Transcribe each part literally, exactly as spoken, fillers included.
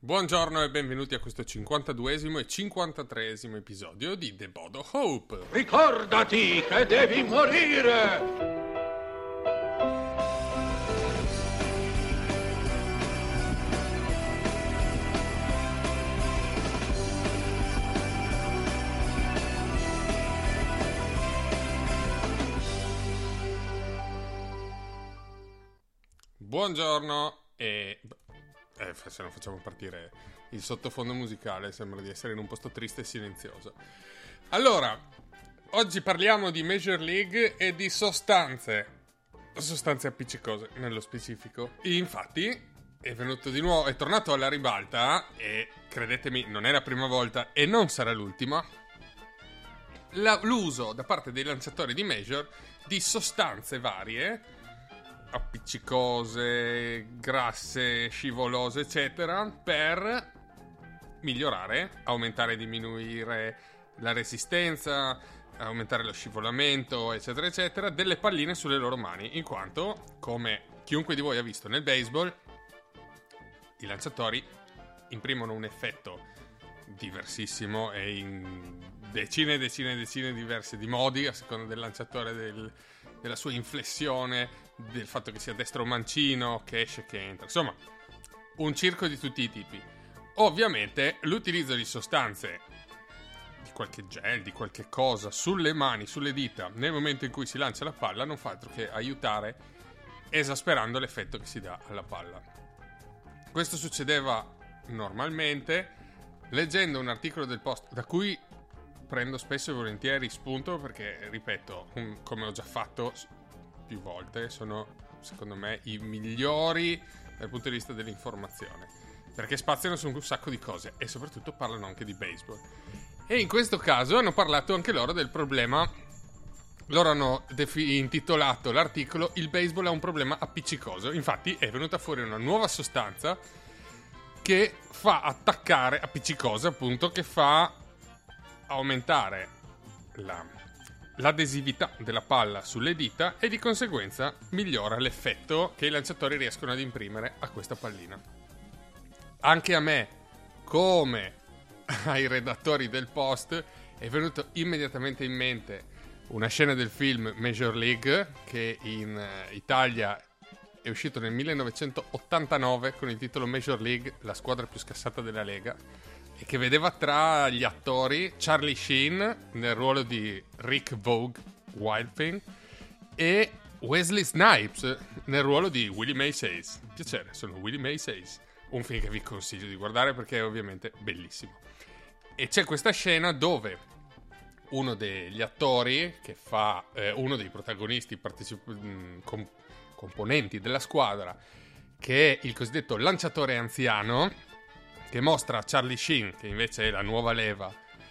Buongiorno e benvenuti a questo cinquantaduesimo e cinquantatreesimo episodio di The Bodo Hope. Ricordati che devi morire! Buongiorno e... Eh, se non facciamo partire il sottofondo musicale sembra di essere in un posto triste e silenzioso. Allora, oggi parliamo di Major League e di sostanze. Sostanze appiccicose, nello specifico. E infatti è venuto di nuovo, è tornato alla ribalta e, credetemi, non è la prima volta e non sarà l'ultima, la, l'uso da parte dei lanciatori di Major di sostanze varie, appiccicose, grasse, scivolose, eccetera, per migliorare, aumentare e diminuire la resistenza, aumentare lo scivolamento, eccetera, eccetera, delle palline sulle loro mani, in quanto, come chiunque di voi ha visto nel baseball, i lanciatori imprimono un effetto diversissimo e in decine e decine e decine diverse di modi, a seconda del lanciatore, del, della sua inflessione, del fatto che sia destro o mancino, che esce, che entra, insomma un circo di tutti i tipi. Ovviamente l'utilizzo di sostanze, di qualche gel, di qualche cosa sulle mani, sulle dita nel momento in cui si lancia la palla non fa altro che aiutare, esasperando l'effetto che si dà alla palla. Questo succedeva normalmente. Leggendo un articolo del Post, da cui prendo spesso e volentieri spunto perché, ripeto, un, come ho già fatto più volte, sono secondo me i migliori dal punto di vista dell'informazione, perché spaziano su un sacco di cose e soprattutto parlano anche di baseball. E in questo caso hanno parlato anche loro del problema. Loro hanno defi- intitolato l'articolo "Il baseball ha un problema appiccicoso". Infatti è venuta fuori una nuova sostanza che fa attaccare, appiccicosa appunto, che fa aumentare la, l'adesività della palla sulle dita e di conseguenza migliora l'effetto che i lanciatori riescono ad imprimere a questa pallina. Anche a me, come ai redattori del Post, è venuto immediatamente in mente una scena del film Major League, che in Italia è uscito nel millenovecentottantanove con il titolo Major League, la squadra più scassata della Lega, e che vedeva tra gli attori Charlie Sheen nel ruolo di Rick Vogue Wildfing e Wesley Snipes nel ruolo di Willie Mays. Piacere, sono Willie Mays, un film che vi consiglio di guardare perché è ovviamente bellissimo. E c'è questa scena dove uno degli attori, che fa eh, uno dei protagonisti partecip- com- componenti della squadra, che è il cosiddetto lanciatore anziano, che mostra a Charlie Sheen, che invece è la nuova leva,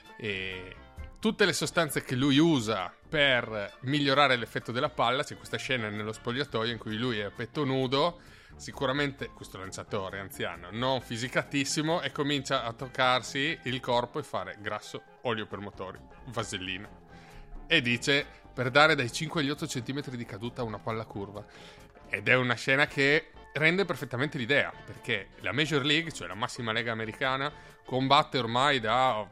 e tutte le sostanze che lui usa per migliorare l'effetto della palla. C'è questa scena nello spogliatoio in cui lui è a petto nudo, sicuramente questo lanciatore anziano non fisicatissimo, e comincia a toccarsi il corpo e fare grasso, olio per motori, vasellina, e dice per dare dai cinque agli otto centimetri di caduta a una palla curva. Ed è una scena che rende perfettamente l'idea, perché la Major League, cioè la massima lega americana, combatte ormai da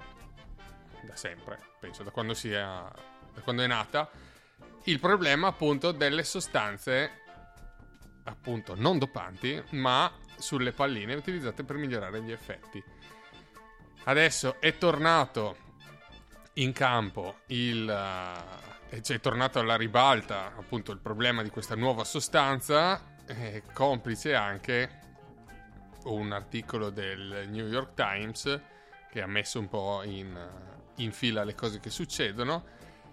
da sempre, penso da quando sia da quando è nata, il problema appunto delle sostanze appunto non dopanti, ma sulle palline utilizzate per migliorare gli effetti. Adesso è tornato in campo il uh, cioè è tornato alla ribalta appunto il problema di questa nuova sostanza, eh, complice anche un articolo del New York Times che ha messo un po' in, in fila le cose che succedono.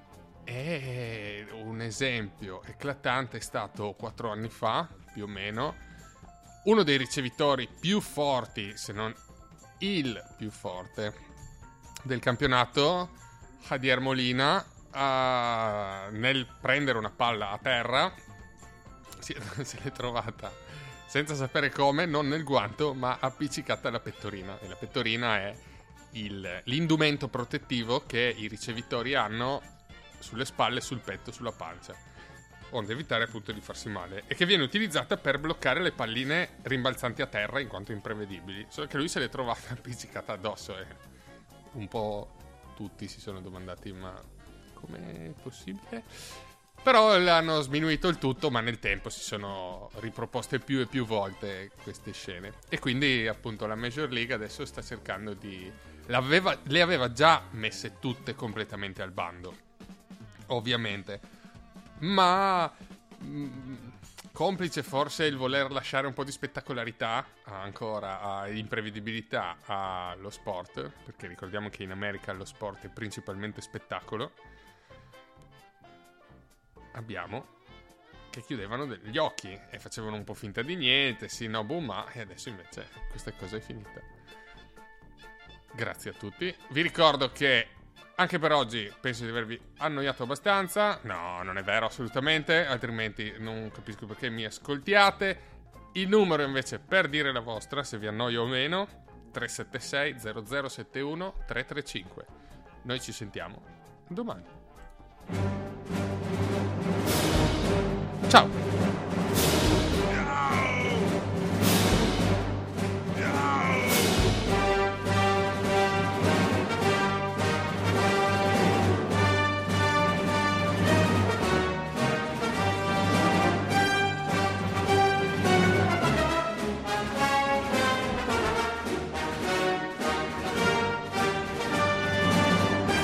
E un esempio eclatante è stato quattro anni fa, più o meno, uno dei ricevitori più forti, se non il più forte del campionato, Yadier Molina, a, nel prendere una palla a terra, si, se l'è trovata senza sapere come, non nel guanto, ma appiccicata alla pettorina. E la pettorina è il, l'indumento protettivo che i ricevitori hanno sulle spalle, sul petto, sulla pancia. onde evitare appunto di farsi male, e che viene utilizzata per bloccare le palline rimbalzanti a terra in quanto imprevedibili. Solo che lui se l'è trovata appiccicata addosso e un po' tutti si sono domandati ma com'è possibile? Però l'hanno sminuito il tutto, ma nel tempo si sono riproposte più e più volte queste scene. E quindi appunto la Major League adesso sta cercando di... L'aveva, le aveva già messe tutte completamente al bando, ovviamente. Ma mh, complice forse il voler lasciare un po' di spettacolarità ancora, a imprevedibilità allo sport, perché ricordiamo che in America lo sport è principalmente spettacolo. Abbiamo che chiudevano gli occhi e facevano un po' finta di niente, sì, no, boom, ma, e adesso invece questa cosa è finita. Grazie a tutti. Vi ricordo che anche per oggi penso di avervi annoiato abbastanza. No, non è vero assolutamente, altrimenti non capisco perché mi ascoltiate. Il numero invece per dire la vostra, se vi annoio o meno, tre sette sei zero zero sette uno tre tre cinque. Noi ci sentiamo domani. Ciao!